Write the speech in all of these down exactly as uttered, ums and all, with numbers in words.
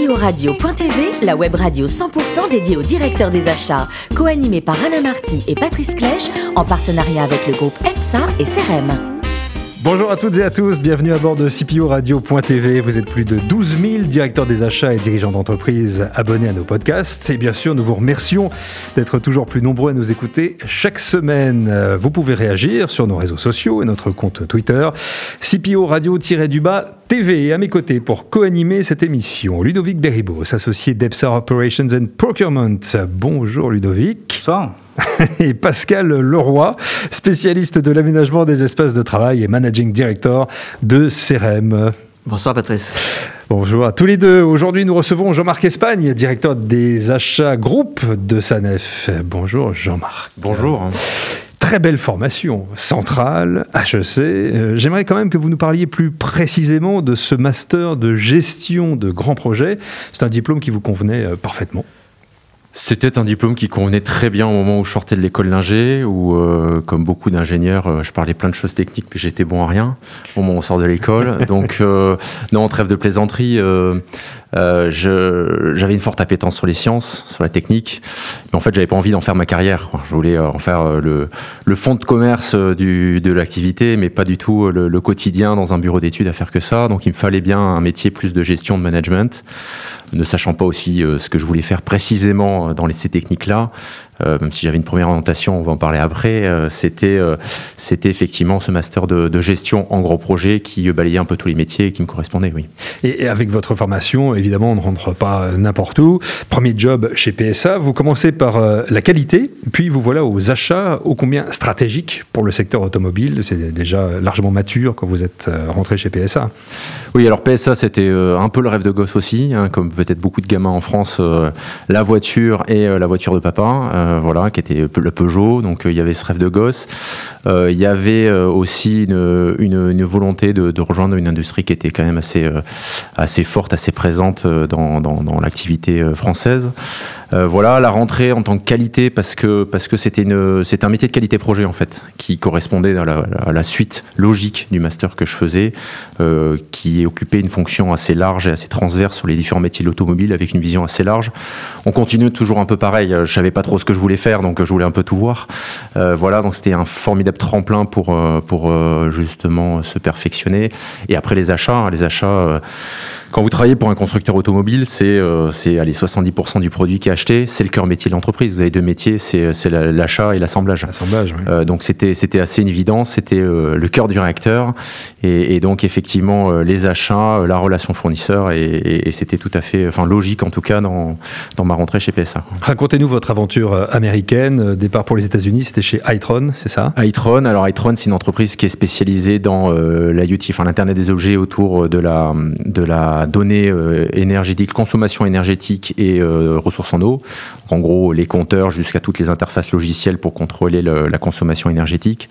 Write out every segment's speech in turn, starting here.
C P O radio point T V, la web radio cent pour cent dédiée aux directeurs des achats, co-animée par Alain Marty et Patrice Clèche, en partenariat avec le groupe EPSA et C R M. Bonjour à toutes et à tous, bienvenue à bord de C P O radio point T V. Vous êtes plus de douze mille directeurs des achats et dirigeants d'entreprise abonnés à nos podcasts. Et bien sûr, nous vous remercions d'être toujours plus nombreux à nous écouter chaque semaine. Vous pouvez réagir sur nos réseaux sociaux et notre compte Twitter, C P O radio-du-bas T V. Et à mes côtés, pour co-animer cette émission, Ludovic Berribos, associé d'EPSA Operations and Procurement. Bonjour Ludovic. Bonsoir. Et Pascal Leroy, spécialiste de l'aménagement des espaces de travail et managing director de C R M. Bonsoir Patrice. Bonjour à tous les deux. Aujourd'hui, nous recevons Jean-Marc Espagne, directeur des achats groupe de Sanef. Bonjour Jean-Marc. Bonjour. Très belle formation, centrale, H E C. Euh, j'aimerais quand même que vous nous parliez plus précisément de ce master de gestion de grands projets. C'est un diplôme qui vous convenait euh, parfaitement. C'était un diplôme qui convenait très bien au moment où je sortais de l'école d'ingé, où, euh, comme beaucoup d'ingénieurs, euh, je parlais plein de choses techniques, mais j'étais bon à rien au moment où on sort de l'école. Donc, euh, non, trêve de plaisanterie, euh, euh, je, j'avais une forte appétence sur les sciences, sur la technique, mais en fait, j'avais pas envie d'en faire ma carrière, quoi. Je voulais en faire euh, le, le fond de commerce euh, du, de l'activité, mais pas du tout le, le quotidien dans un bureau d'études à faire que ça. Donc, il me fallait bien un métier plus de gestion, de management, ne sachant pas aussi euh, ce que je voulais faire précisément dans les, ces techniques-là, euh, même si j'avais une première orientation, on va en parler après, euh, c'était, euh, c'était effectivement ce master de, de gestion en gros projet qui balayait un peu tous les métiers et qui me correspondait, oui. Et, et avec votre formation, évidemment, on ne rentre pas n'importe où. Premier job chez P S A, vous commencez par euh, la qualité, puis vous voilà aux achats ô combien stratégiques pour le secteur automobile. C'est déjà largement mature quand vous êtes euh, rentré chez P S A. Oui, alors P S A, c'était euh, un peu le rêve de gosse aussi, hein, comme peut-être beaucoup de gamins en France, euh, la voiture et euh, la voiture de papa, euh, voilà, qui était le Peugeot, donc euh, il y avait ce rêve de gosse. Euh, il y avait euh, aussi une, une, une volonté de, de rejoindre une industrie qui était quand même assez, euh, assez forte, assez présente euh, dans, dans, dans l'activité euh, française. Euh, voilà, la rentrée en tant que qualité, parce que, parce que c'était, une, c'était un métier de qualité projet, en fait, qui correspondait à la, à la suite logique du master que je faisais, euh, qui occupait une fonction assez large et assez transverse sur les différents métiers de l'automobile, avec une vision assez large. On continue toujours un peu pareil, je savais pas trop ce que je voulais faire, donc je voulais un peu tout voir. Euh, voilà, donc c'était un formidable tremplin pour, pour euh, justement se perfectionner. Et après les achats, les achats... Euh, Quand vous travaillez pour un constructeur automobile, c'est, euh, c'est allez, soixante-dix pour cent du produit qui est acheté, c'est le cœur métier de l'entreprise. Vous avez deux métiers, c'est, c'est l'achat et l'assemblage. L'assemblage, oui. Euh, donc c'était, c'était assez une évidence, c'était euh, le cœur du réacteur. Et, et donc effectivement, euh, les achats, euh, la relation fournisseur, et, et, et c'était tout à fait enfin, logique en tout cas dans, dans ma rentrée chez P S A. Racontez-nous votre aventure américaine. Départ pour les États-Unis, c'était chez Itron, c'est ça ? Itron, alors Itron, c'est une entreprise qui est spécialisée dans euh, l'I O T, enfin l'Internet des objets autour de la, de la données euh, énergétiques, consommation énergétique et euh, ressources en eau. En gros, les compteurs jusqu'à toutes les interfaces logicielles pour contrôler le, la consommation énergétique.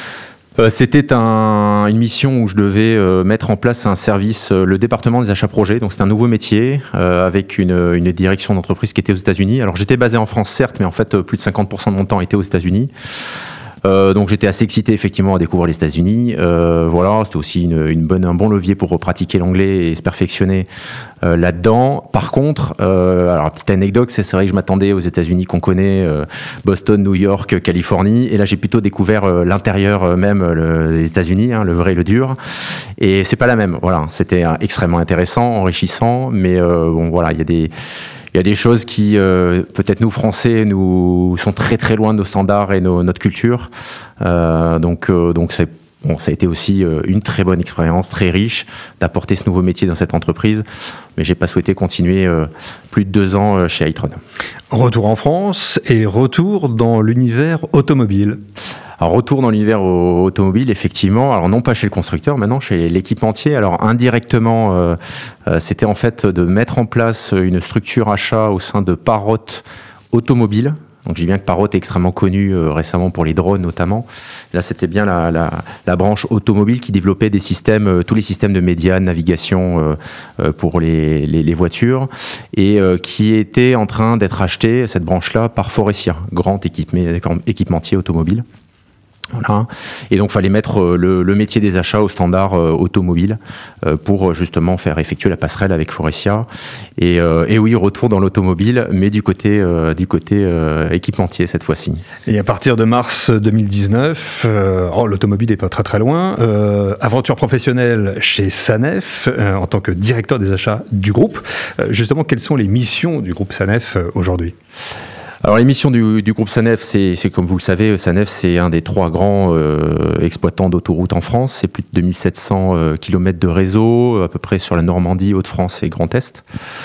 Euh, c'était un, une mission où je devais euh, mettre en place un service, euh, le département des achats projets. Donc c'est un nouveau métier euh, avec une, une direction d'entreprise qui était aux États-Unis. Alors j'étais basé en France certes, mais en fait plus de cinquante pour cent de mon temps était aux États-Unis. Euh, donc j'étais assez excité effectivement à découvrir les États-Unis. Euh, voilà, c'était aussi une, une bonne, un bon levier pour pratiquer l'anglais et se perfectionner euh, là-dedans. Par contre, euh, alors petite anecdote, c'est, c'est vrai que je m'attendais aux États-Unis qu'on connaît, euh, Boston, New York, Californie, et là j'ai plutôt découvert euh, l'intérieur euh, même le, des États-Unis, hein, le vrai et le dur. Et c'est pas la même. Voilà, c'était euh, extrêmement intéressant, enrichissant, mais euh, bon voilà, il y a des Il y a des choses qui, euh, peut-être nous Français, nous sont très très loin de nos standards et nos, notre culture. Euh, donc, euh, donc c'est, bon, ça a été aussi euh, une très bonne expérience, très riche, d'apporter ce nouveau métier dans cette entreprise. Mais j'ai pas souhaité continuer euh, plus de deux ans euh, chez Itron. Retour en France et retour dans l'univers automobile. Alors, retour dans l'univers automobile, effectivement. Alors, non pas chez le constructeur, maintenant chez l'équipementier. Alors, indirectement, euh, euh, c'était en fait de mettre en place une structure achat au sein de Parrot Automobile. Donc, je dis bien que Parrot est extrêmement connu euh, récemment pour les drones, notamment. Là, c'était bien la, la, la branche automobile qui développait des systèmes, euh, tous les systèmes de médias, de navigation euh, euh, pour les, les, les voitures, et euh, qui était en train d'être acheté, cette branche-là, par Faurecia, grand équipementier automobile. Voilà. Et donc, il fallait mettre le, le métier des achats au standard euh, automobile euh, pour justement faire effectuer la passerelle avec Faurecia. Et, euh, et oui, retour dans l'automobile, mais du côté, euh, du côté euh, équipementier cette fois-ci. Et à partir de mars deux mille dix-neuf, euh, oh, l'automobile n'est pas très très loin. Euh, aventure professionnelle chez Sanef euh, en tant que directeur des achats du groupe. Euh, justement, quelles sont les missions du groupe Sanef euh, aujourd'hui ? Alors les missions du, du groupe Sanef, c'est, c'est comme vous le savez, Sanef c'est un des trois grands euh, exploitants d'autoroutes en France. C'est plus de deux mille sept cents euh, kilomètres de réseau, à peu près sur la Normandie, Hauts-de-France et Grand Est.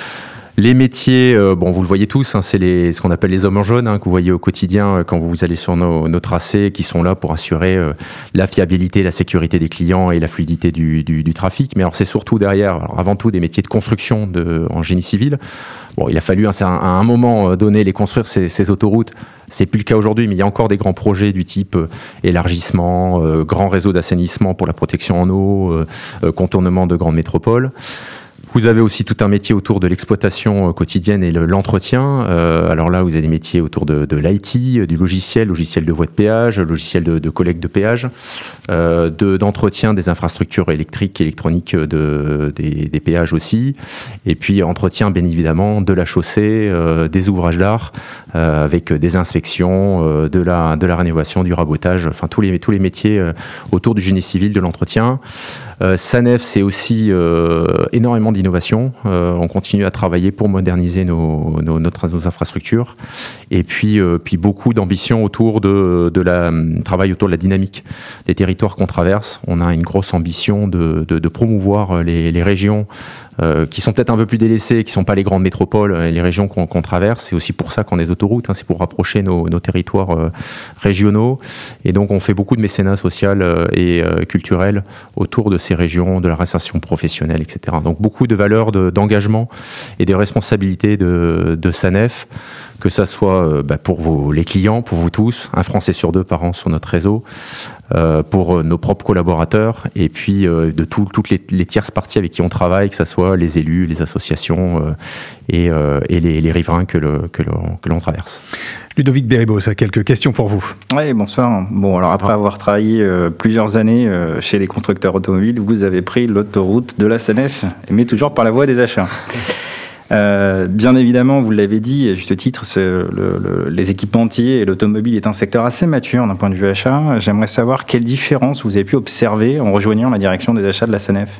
Les métiers, euh, bon, vous le voyez tous, hein, c'est les, ce qu'on appelle les hommes en jaune, hein, que vous voyez au quotidien euh, quand vous allez sur nos, nos tracés, qui sont là pour assurer euh, la fiabilité, la sécurité des clients et la fluidité du, du, du trafic. Mais alors c'est surtout derrière, alors avant tout des métiers de construction de, en génie civil. Bon, il a fallu hein, à un moment donné les construire ces, ces autoroutes. C'est plus le cas aujourd'hui, mais il y a encore des grands projets du type euh, élargissement, euh, grand réseau d'assainissement pour la protection en eau, euh, euh, contournement de grandes métropoles. Vous avez aussi tout un métier autour de l'exploitation quotidienne et le, l'entretien. Euh, alors là, vous avez des métiers autour de, de l'I T, du logiciel, logiciel de voie de péage, logiciel de, de collecte de péage, euh, de, d'entretien des infrastructures électriques et électroniques de, des, des péages aussi. Et puis entretien, bien évidemment, de la chaussée, euh, des ouvrages d'art, euh, avec des inspections, euh, de, la, de la rénovation, du rabotage, enfin tous les, tous les métiers euh, autour du génie civil, de l'entretien. Euh, Sanef, c'est aussi euh, énormément d'innovation. Euh, on continue à travailler pour moderniser nos, nos, notre, nos infrastructures. Et puis, euh, puis beaucoup d'ambition autour de, de la travail autour de la dynamique des territoires qu'on traverse. On a une grosse ambition de, de, de promouvoir les, les régions Euh, qui sont peut-être un peu plus délaissées, qui ne sont pas les grandes métropoles, les régions qu'on, qu'on traverse. C'est aussi pour ça qu'on a des autoroutes, hein, c'est pour rapprocher nos, nos territoires euh, régionaux. Et donc on fait beaucoup de mécénat social euh, et euh, culturel autour de ces régions, de la réinsertion professionnelle, et cetera. Donc beaucoup de valeurs de, d'engagement et des responsabilités de, de Sanef, que ça soit euh, bah, pour vos, les clients, pour vous tous, un Français sur deux par an sur notre réseau, euh, pour nos propres collaborateurs, et puis euh, de tout, toutes les, les tierces parties avec qui on travaille, que ce soit les élus, les associations euh, et, euh, et les, les riverains que, le, que, l'on, que l'on traverse. Ludovic Béribos a quelques questions pour vous. Oui, bonsoir. Bon, alors après avoir travaillé euh, plusieurs années euh, chez les constructeurs automobiles, vous avez pris l'autoroute de la Sanef, mais toujours par la voie des achats. Euh, bien évidemment, vous l'avez dit, à juste titre, c'est le, le, les équipementiers et l'automobile est un secteur assez mature d'un point de vue achat. J'aimerais savoir quelle différence vous avez pu observer en rejoignant la direction des achats de la Sanef.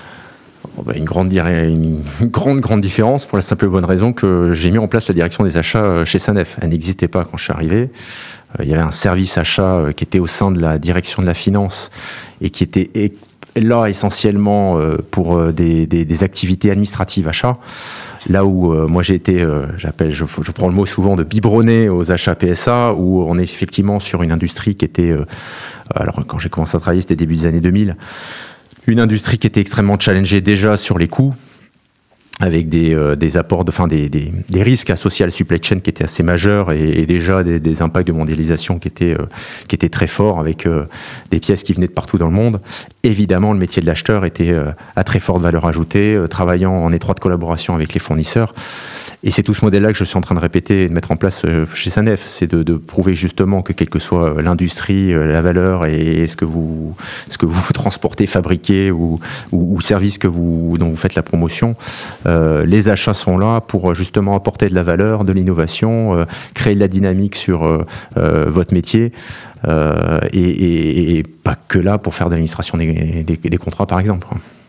Oh ben, une, grande, une grande, grande différence pour la simple et bonne raison que j'ai mis en place la direction des achats chez Sanef. Elle n'existait pas quand je suis arrivé. Il y avait un service achat qui était au sein de la direction de la finance et qui était là essentiellement pour des, des, des activités administratives achats. Là où euh, moi j'ai été, euh, j'appelle, je, je prends le mot souvent de biberonné aux achats P S A, où on est effectivement sur une industrie qui était, euh, alors quand j'ai commencé à travailler, c'était début des années deux mille, une industrie qui était extrêmement challengée déjà sur les coûts, avec des, euh, des apports, de, enfin des, des, des risques associés à la supply chain qui étaient assez majeurs et, et déjà des, des impacts de mondialisation qui étaient, euh, qui étaient très forts avec euh, des pièces qui venaient de partout dans le monde. Évidemment, le métier de l'acheteur était euh, à très forte valeur ajoutée, euh, travaillant en étroite collaboration avec les fournisseurs. Et c'est tout ce modèle-là que je suis en train de répéter et de mettre en place euh, chez Sanef. C'est de, de prouver justement que quelle que soit l'industrie, euh, la valeur et, et ce que vous, ce que vous transportez, fabriquez ou, ou, ou service que vous, dont vous faites la promotion, euh, les achats sont là pour justement apporter de la valeur, de l'innovation, euh, créer de la dynamique sur euh, euh, votre métier. Euh, et, et, et pas que là pour faire de l'administration des, des, des contrats, par exemple.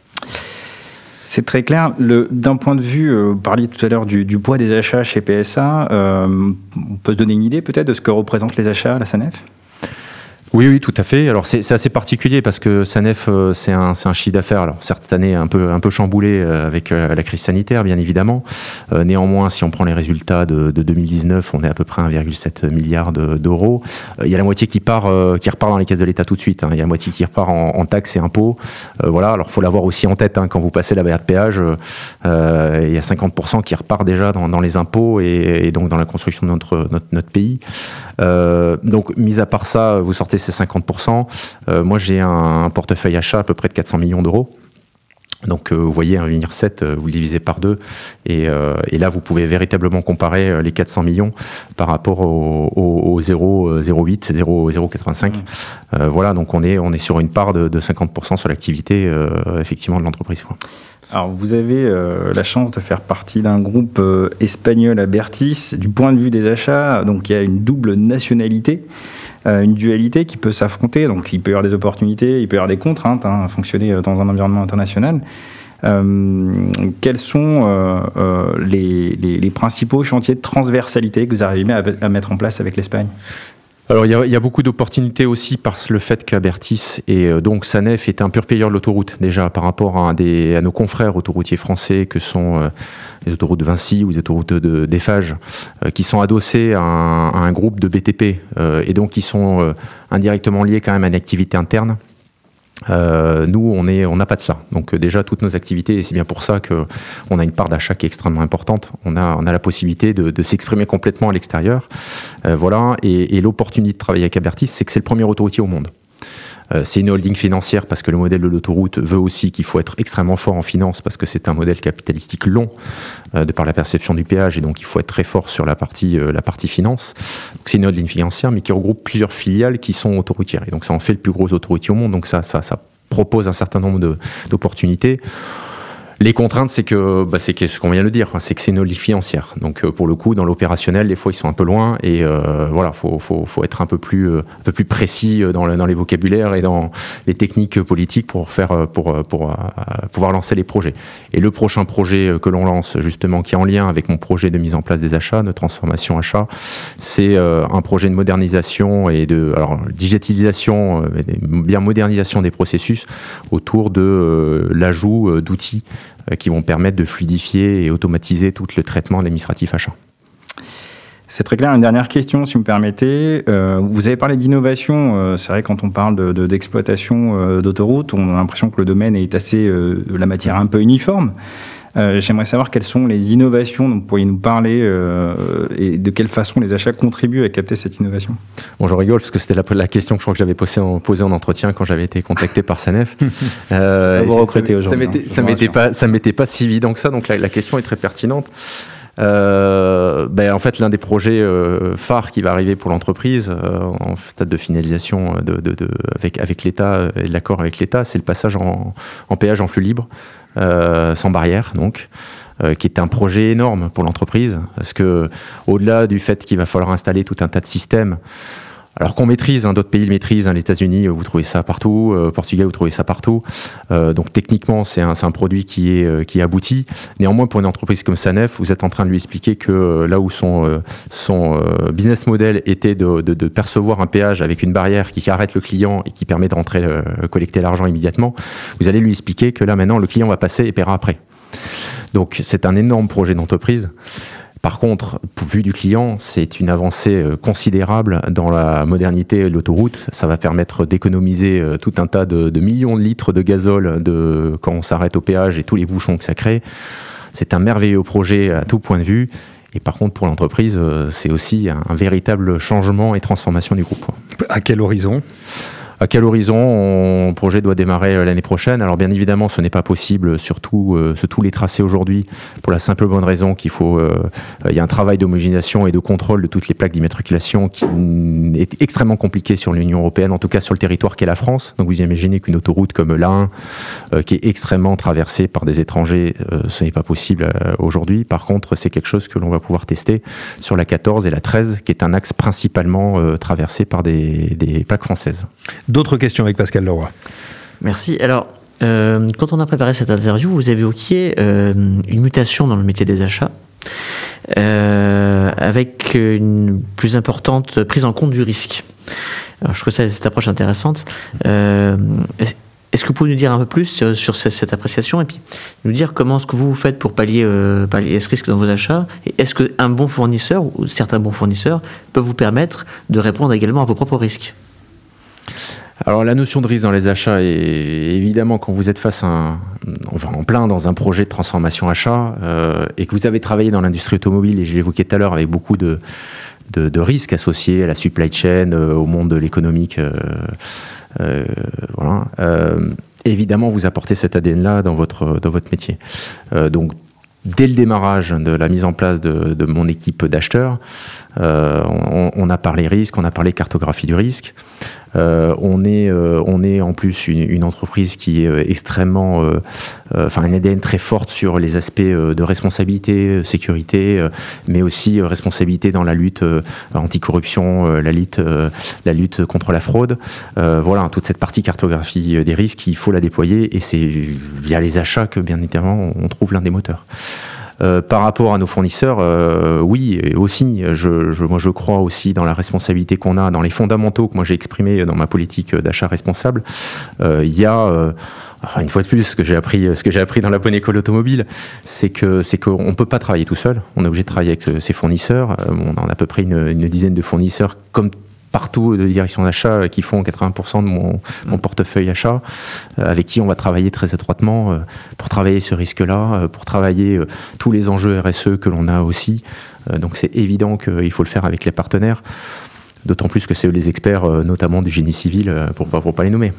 C'est très clair. Le, d'un point de vue, euh, vous parliez tout à l'heure du, du poids des achats chez P S A. Euh, on peut se donner une idée peut-être de ce que représentent les achats à la Sanef ? Oui, oui, tout à fait. Alors c'est, c'est assez particulier parce que Sanef, euh, c'est un, c'est un chiffre d'affaires. Alors certes, cette année un peu, un peu chamboulé euh, avec euh, la crise sanitaire, bien évidemment. Euh, néanmoins, si on prend les résultats de, de deux mille dix-neuf, on est à peu près un virgule sept milliard de, d'euros. Il euh, y a la moitié qui part, euh, qui repart dans les caisses de l'État tout de suite. Il hein. y a la moitié qui repart en, en taxes et impôts. Euh, voilà. Alors faut l'avoir aussi en tête hein, quand vous passez la barrière de péage. Il euh, y a cinquante pour cent qui repart déjà dans, dans les impôts et, et donc dans la construction de notre, notre, notre pays. Euh, donc, mis à part ça, vous sortez ces cinquante pour cent. Euh, moi, j'ai un, un portefeuille achat à peu près de quatre cents millions d'euros. Donc euh, vous voyez, un Venir sept, euh, vous le divisez par deux, et, euh, et là vous pouvez véritablement comparer euh, les quatre cents millions par rapport au, au, au zéro virgule huit, zéro virgule quatre-vingt-cinq. Mmh. Euh, voilà, donc on est, on est sur une part de, de cinquante pour cent sur l'activité euh, effectivement de l'entreprise, quoi. Alors, vous avez euh, la chance de faire partie d'un groupe euh, espagnol Abertis. Du point de vue des achats, donc il y a une double nationalité, euh, une dualité qui peut s'affronter. Donc, il peut y avoir des opportunités, il peut y avoir des contraintes hein, à fonctionner dans un environnement international. Euh, quels sont euh, euh, les, les, les principaux chantiers de transversalité que vous arrivez à, à mettre en place avec l'Espagne ? Alors, il y, a, il y a beaucoup d'opportunités aussi par le fait qu'Abertis et euh, donc Sanef est un pur payeur de l'autoroute, déjà par rapport à, des, à nos confrères autoroutiers français que sont euh, les autoroutes de Vinci ou les autoroutes de, d'Eiffage, euh, qui sont adossés à un, à un groupe de B T P euh, et donc qui sont euh, indirectement liés quand même à une activité interne. Euh, nous, on est, on n'a pas de ça. Donc euh, déjà, toutes nos activités, et c'est bien pour ça qu'on a une part d'achat qui est extrêmement importante. On a, on a la possibilité de, de s'exprimer complètement à l'extérieur. Euh, voilà. Et, et l'opportunité de travailler avec Abertis, c'est que c'est le premier autoroutier au monde. Euh, c'est une holding financière parce que le modèle de l'autoroute veut aussi qu'il faut être extrêmement fort en finance parce que c'est un modèle capitalistique long euh, de par la perception du péage et donc il faut être très fort sur la partie, euh, la partie finance. Donc, c'est une holding financière mais qui regroupe plusieurs filiales qui sont autoroutières et donc ça en fait le plus gros autoroutier au monde, donc ça, ça, ça propose un certain nombre de, d'opportunités. Les contraintes, c'est que, bah, c'est que ce qu'on vient de dire, c'est que c'est une holding financière. Donc, euh, pour le coup, dans l'opérationnel, des fois, ils sont un peu loin et euh, voilà, faut, faut, faut être un peu plus, euh, un peu plus précis dans, le, dans les vocabulaires et dans les techniques politiques pour faire, pour, pour euh, pouvoir lancer les projets. Et le prochain projet que l'on lance, justement, qui est en lien avec mon projet de mise en place des achats, de transformation achat, c'est euh, un projet de modernisation et de, alors, digitalisation, euh, bien modernisation des processus autour de euh, l'ajout euh, d'outils qui vont permettre de fluidifier et automatiser tout le traitement administratif achat. C'est très clair. Une dernière question, si vous me permettez. Euh, vous avez parlé d'innovation. Euh, c'est vrai, quand on parle de, de, d'exploitation euh, d'autoroutes, on a l'impression que le domaine est assez, euh, la matière un peu uniforme. Euh, j'aimerais savoir quelles sont les innovations dont vous pourriez nous parler euh, et de quelle façon les achats contribuent à capter cette innovation. Bon, je rigole parce que c'était la, la question que je crois que j'avais posée en, posée en entretien quand j'avais été contacté par Sanef. euh, vous recrutez aujourd'hui. Ça m'était, ça m'était pas, ça m'était pas si évident que ça, donc la, la question est très pertinente. Euh, ben en fait, l'un des projets euh, phares qui va arriver pour l'entreprise euh, en stade de finalisation de, de, de, avec, avec l'État et de l'accord avec l'État, c'est le passage en, en péage en flux libre, euh, sans barrière, donc, euh, qui est un projet énorme pour l'entreprise, parce que au-delà du fait qu'il va falloir installer tout un tas de systèmes. Alors qu'on maîtrise, hein, d'autres pays le maîtrisent, hein, les États-Unis, vous trouvez ça partout, euh, Portugal, vous trouvez ça partout. Euh, donc techniquement, c'est un, c'est un produit qui est, euh, qui est abouti. Néanmoins, pour une entreprise comme Sanef, vous êtes en train de lui expliquer que euh, là où son, euh, son euh, business model était de, de, de percevoir un péage avec une barrière qui arrête le client et qui permet de rentrer, euh, collecter l'argent immédiatement, vous allez lui expliquer que là maintenant, le client va passer et paiera après. Donc c'est un énorme projet d'entreprise. Par contre, vu du client, c'est une avancée considérable dans la modernité de l'autoroute. Ça va permettre d'économiser tout un tas de, de millions de litres de gazole de, quand on s'arrête au péage et tous les bouchons que ça crée. C'est un merveilleux projet à tout point de vue. Et par contre, pour l'entreprise, c'est aussi un, un véritable changement et transformation du groupe. À quel horizon ? À quel horizon? Le projet doit démarrer l'année prochaine. Alors bien évidemment, ce n'est pas possible, surtout euh, sur tous les tracés aujourd'hui, pour la simple bonne raison qu'il faut, euh, il y a un travail d'homogénéisation et de contrôle de toutes les plaques d'immatriculation qui est extrêmement compliqué sur l'Union européenne, en tout cas sur le territoire qu'est la France. Donc vous imaginez qu'une autoroute comme l'A un, euh, qui est extrêmement traversée par des étrangers, euh, ce n'est pas possible euh, aujourd'hui. Par contre, c'est quelque chose que l'on va pouvoir tester sur la quatorze et la treize, qui est un axe principalement euh, traversé par des, des plaques françaises. D'autres questions avec Pascal Leroy. Merci. Alors, euh, quand on a préparé cette interview, vous avez évoqué euh, une mutation dans le métier des achats, euh, avec une plus importante prise en compte du risque. Alors, je trouve ça, cette approche intéressante. Euh, est-ce, est-ce que vous pouvez nous dire un peu plus sur, sur cette, cette appréciation et puis nous dire comment est-ce que vous faites pour pallier, euh, pallier ce risque dans vos achats, et est-ce qu'un bon fournisseur ou certains bons fournisseurs peuvent vous permettre de répondre également à vos propres risques? Alors la notion de risque dans les achats est évidemment quand vous êtes face à un, enfin en plein dans un projet de transformation achat euh, et que vous avez travaillé dans l'industrie automobile, et je l'évoquais tout à l'heure avec beaucoup de, de, de risques associés à la supply chain, euh, au monde de l'économique, euh, euh, voilà. Euh, évidemment, vous apportez cet A D N-là dans votre, dans votre métier. Euh, donc, dès le démarrage de la mise en place de, de mon équipe d'acheteurs, euh, on, on a parlé risque, on a parlé cartographie du risque. Euh, on, est, euh, on est en plus une, une entreprise qui est extrêmement, euh, euh, enfin un A D N très forte sur les aspects euh, de responsabilité, euh, sécurité, euh, mais aussi euh, responsabilité dans la lutte euh, anticorruption, euh, la lutte, euh, la lutte contre la fraude. Euh, voilà, toute cette partie cartographie des risques, il faut la déployer et c'est via les achats que bien évidemment on trouve l'un des moteurs. Euh, par rapport à nos fournisseurs, euh, oui, et aussi, je, je, moi je crois aussi dans la responsabilité qu'on a, dans les fondamentaux que moi j'ai exprimés dans ma politique d'achat responsable. Euh, il y a, euh, enfin une fois de plus, ce que j'ai appris, ce que j'ai appris dans la bonne école automobile, c'est que c'est qu'on ne peut pas travailler tout seul. On est obligé de travailler avec ses fournisseurs. Euh, on a à peu près une, une dizaine de fournisseurs comme partout de direction d'achat qui font quatre-vingts pour cent de mon, mon portefeuille achat, euh, avec qui on va travailler très étroitement euh, pour travailler ce risque-là, euh, pour travailler euh, tous les enjeux R S E que l'on a aussi. Euh, donc c'est évident qu'il faut le faire avec les partenaires, d'autant plus que c'est eux les experts, euh, notamment du génie civil, euh, pour ne pas les nommer.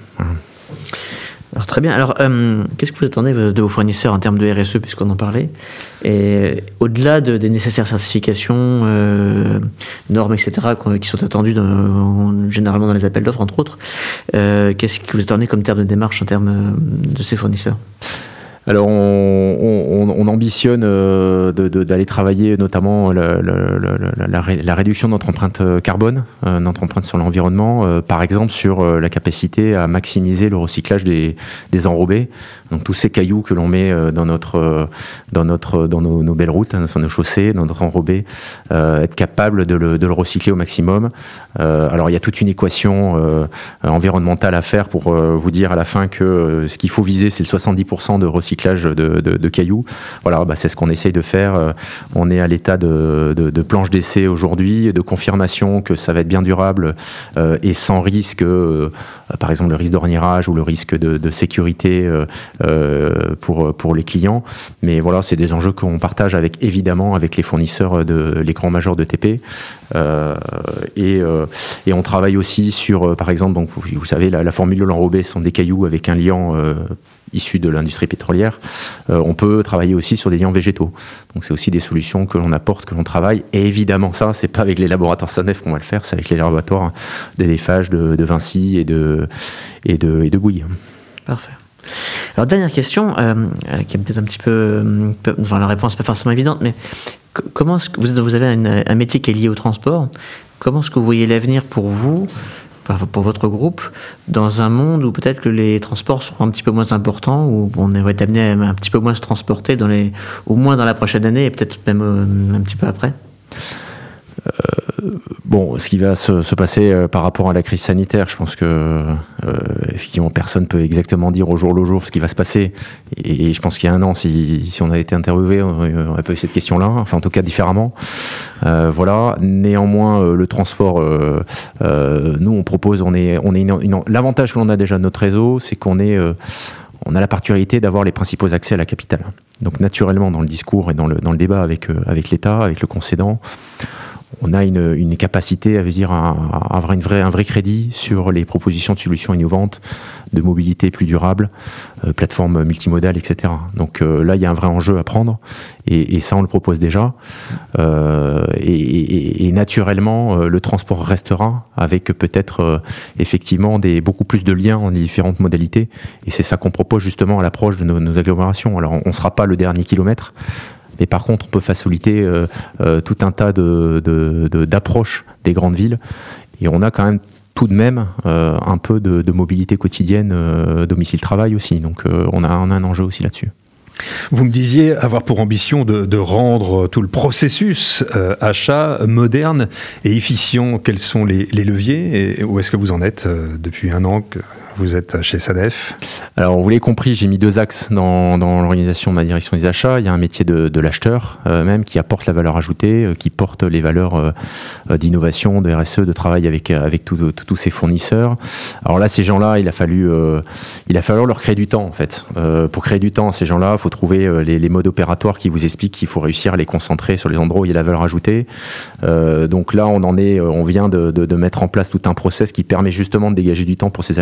Alors très bien. Alors, euh, qu'est-ce que vous attendez de vos fournisseurs en termes de R S E, puisqu'on en parlait? Et au-delà de, des nécessaires certifications, euh, normes, et cetera, qui sont attendues dans, généralement dans les appels d'offres, entre autres, euh, qu'est-ce que vous attendez comme terme de démarche en termes de ces fournisseurs? Alors, on, on, on ambitionne euh, de, de, d'aller travailler notamment la, la, la, la, la réduction de notre empreinte carbone, euh, notre empreinte sur l'environnement, euh, par exemple sur euh, la capacité à maximiser le recyclage des, des enrobés. Donc tous ces cailloux que l'on met euh, dans notre, euh, dans notre, dans nos, nos belles routes, hein, sur nos chaussées, dans notre enrobé, euh, être capable de le, de le recycler au maximum. Euh, alors il y a toute une équation euh, environnementale à faire pour euh, vous dire à la fin que euh, ce qu'il faut viser, c'est le soixante-dix pour cent de recyclage De, de, de cailloux. Voilà, bah c'est ce qu'on essaye de faire. On est à l'état de, de, de planche d'essai aujourd'hui, de confirmation que ça va être bien durable euh, et sans risque, euh, par exemple le risque d'orniérage ou le risque de, de sécurité euh, pour, pour les clients. Mais voilà, c'est des enjeux qu'on partage avec, évidemment avec les fournisseurs de l'écran majeur de T P. Euh, et, euh, et on travaille aussi sur, euh, par exemple, donc, vous, vous savez, la, la formule de l'enrobé, ce sont des cailloux avec un liant euh, issu de l'industrie pétrolière. Euh, on peut travailler aussi sur des liants végétaux. Donc c'est aussi des solutions que l'on apporte, que l'on travaille. Et évidemment, ça, c'est pas avec les laboratoires SANEF qu'on va le faire, c'est avec les laboratoires d'Eiffage, de, de Vinci et de, et de, et de Bouygues. Parfait. Alors, dernière question, euh, qui est peut-être un petit peu... peu enfin, la réponse n'est pas forcément évidente, mais c- comment est-ce que vous, vous avez un, un métier qui est lié au transport. Comment est-ce que vous voyez l'avenir pour vous, pour votre groupe, dans un monde où peut-être que les transports seront un petit peu moins importants, où on va être amené à un petit peu moins se transporter, dans les, au moins dans la prochaine année, et peut-être même euh, un petit peu après? Euh, bon, ce qui va se, se passer euh, par rapport à la crise sanitaire, je pense que euh, effectivement personne peut exactement dire au jour le jour ce qui va se passer. Et, et je pense qu'il y a un an, si, si on avait été interviewé, on aurait pas eu cette question-là, enfin en tout cas différemment. Euh, voilà. Néanmoins, euh, le transport, euh, euh, nous on propose, on est, on est une, une, l'avantage que l'on a déjà de notre réseau, c'est qu'on est euh, on a la particularité d'avoir les principaux accès à la capitale. Donc naturellement, dans le discours et dans le, dans le débat avec, euh, avec l'État, avec le concédant, on a une, une capacité à, dire, à, à avoir une vraie, un vrai crédit sur les propositions de solutions innovantes, de mobilité plus durable, euh, plateforme multimodale, et cetera. Donc euh, là, il y a un vrai enjeu à prendre, et, et ça, on le propose déjà. Euh, et, et, et naturellement, euh, le transport restera avec peut-être euh, effectivement des, beaucoup plus de liens en différentes modalités, et c'est ça qu'on propose justement à l'approche de nos, nos agglomérations. Alors, on ne sera pas le dernier kilomètre, mais par contre, on peut faciliter euh, euh, tout un tas de, de, de, d'approches des grandes villes. Et on a quand même tout de même euh, un peu de, de mobilité quotidienne, euh, domicile-travail aussi. Donc euh, on, a, on a un enjeu aussi là-dessus. Vous me disiez avoir pour ambition de, de rendre tout le processus euh, achat moderne et efficient. Quels sont les, les leviers et où est-ce que vous en êtes euh, depuis un an que vous êtes chez SANEF? Alors, vous l'avez compris, j'ai mis deux axes dans, dans l'organisation de ma direction des achats. Il y a un métier de, de l'acheteur, euh, même, qui apporte la valeur ajoutée, euh, qui porte les valeurs euh, d'innovation, de R S E, de travail avec, avec tous ces fournisseurs. Alors là, ces gens-là, il a fallu, euh, il a fallu leur créer du temps, en fait. Euh, pour créer du temps à ces gens-là, il faut trouver euh, les, les modes opératoires qui vous expliquent qu'il faut réussir à les concentrer sur les endroits où il y a la valeur ajoutée. Euh, donc là, on en est, on vient de, de, de mettre en place tout un process qui permet justement de dégager du temps pour ces acheteurs pour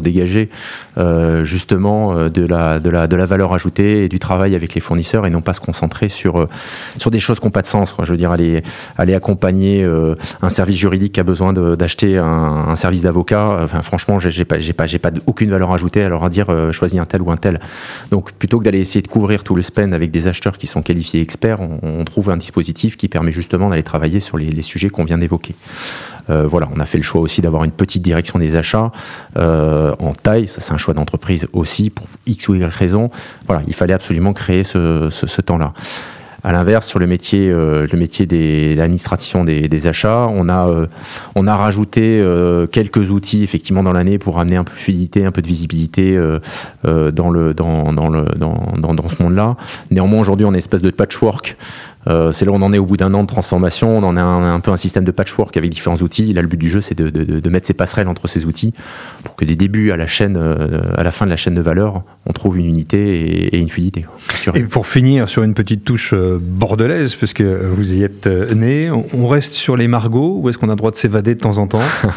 dégager euh, justement euh, de, la, de, la, de la valeur ajoutée et du travail avec les fournisseurs et non pas se concentrer sur, euh, sur des choses qui n'ont pas de sens, quoi. Je veux dire, aller, aller accompagner euh, un service juridique qui a besoin de, d'acheter un, un service d'avocat. Enfin, franchement, j'ai, j'ai pas, j'ai pas, j'ai pas aucune valeur ajoutée à leur dire euh, choisis un tel ou un tel. Donc, plutôt que d'aller essayer de couvrir tout le spend avec des acheteurs qui sont qualifiés experts, on, on trouve un dispositif qui permet justement d'aller travailler sur les, les sujets qu'on vient d'évoquer. Euh, voilà, on a fait le choix aussi d'avoir une petite direction des achats euh, en taille. Ça, c'est un choix d'entreprise aussi pour X ou Y raison. Voilà, il fallait absolument créer ce, ce, ce temps-là. À l'inverse, sur le métier, euh, le métier des, de l'administration des, des achats, on a, euh, on a rajouté euh, quelques outils effectivement dans l'année pour amener un peu de fluidité, un peu de visibilité euh, euh, dans, le, dans, dans, le, dans, dans, dans ce monde-là. Néanmoins, aujourd'hui, on est une espèce de patchwork. Euh, c'est là où on en est au bout d'un an de transformation. On en a un, un peu un système de patchwork avec différents outils. Là, le but du jeu, c'est de, de, de mettre ces passerelles entre ces outils pour que des débuts à la chaîne, euh, à la fin de la chaîne de valeur, on trouve une unité et, et une fluidité. Et pour finir sur une petite touche euh, bordelaise, puisque vous y êtes euh, né, on, on reste sur les margots ou est-ce qu'on a le droit de s'évader de temps en temps?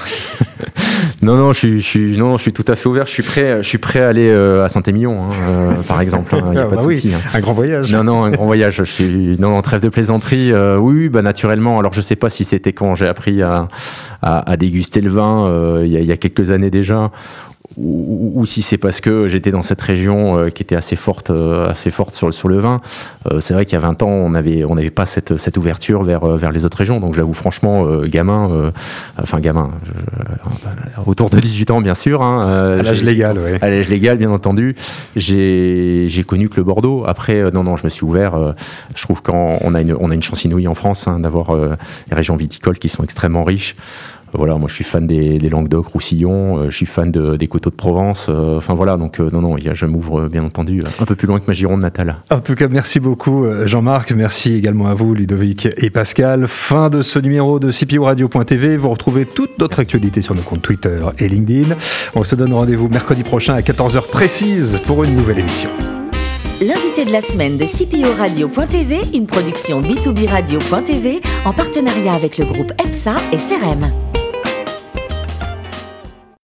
Non, non, je suis, je suis, non, je suis tout à fait ouvert. Je suis prêt, je suis prêt à aller euh, à Saint-Émilion, hein, euh, par exemple. Il hein, n'y a ah, pas bah de souci. Oui, hein. Un grand voyage. Non, non, un grand voyage. Je suis, non, non, trêve de plaisanterie. Euh, oui, oui, bah naturellement. Alors, je sais pas si c'était quand j'ai appris à, à, à déguster le vin, euh, il y a, il y a quelques années déjà. Ou, ou si c'est parce que j'étais dans cette région euh, qui était assez forte, euh, assez forte sur, sur le vin. Euh, c'est vrai qu'il y a vingt ans, on n'avait on n'avait pas cette, cette ouverture vers, vers les autres régions. Donc j'avoue franchement, euh, gamin, euh, enfin gamin, je, euh, autour de dix-huit ans bien sûr. Hein, euh, à l'âge légal, oui. À l'âge légal, bien entendu. J'ai, j'ai connu que le Bordeaux. Après, euh, non, non, je me suis ouvert. Euh, je trouve qu'on a une, on a une chance inouïe en France hein, d'avoir euh, des régions viticoles qui sont extrêmement riches. Voilà, moi je suis fan des, des Languedoc, Roussillon, euh, je suis fan de, des Coteaux de Provence. Euh, enfin voilà, donc euh, non, non, y a, je m'ouvre bien entendu un peu plus loin que ma Gironde natale. En tout cas, merci beaucoup Jean-Marc, merci également à vous Ludovic et Pascal. Fin de ce numéro de C P O radio point T V. Vous retrouvez toute notre actualité sur nos comptes Twitter et LinkedIn. On se donne rendez-vous mercredi prochain à quatorze heures précise pour une nouvelle émission. L'invité de la semaine de C P O radio point T V, une production B deux B radio point T V en partenariat avec le groupe EPSA et C R E M.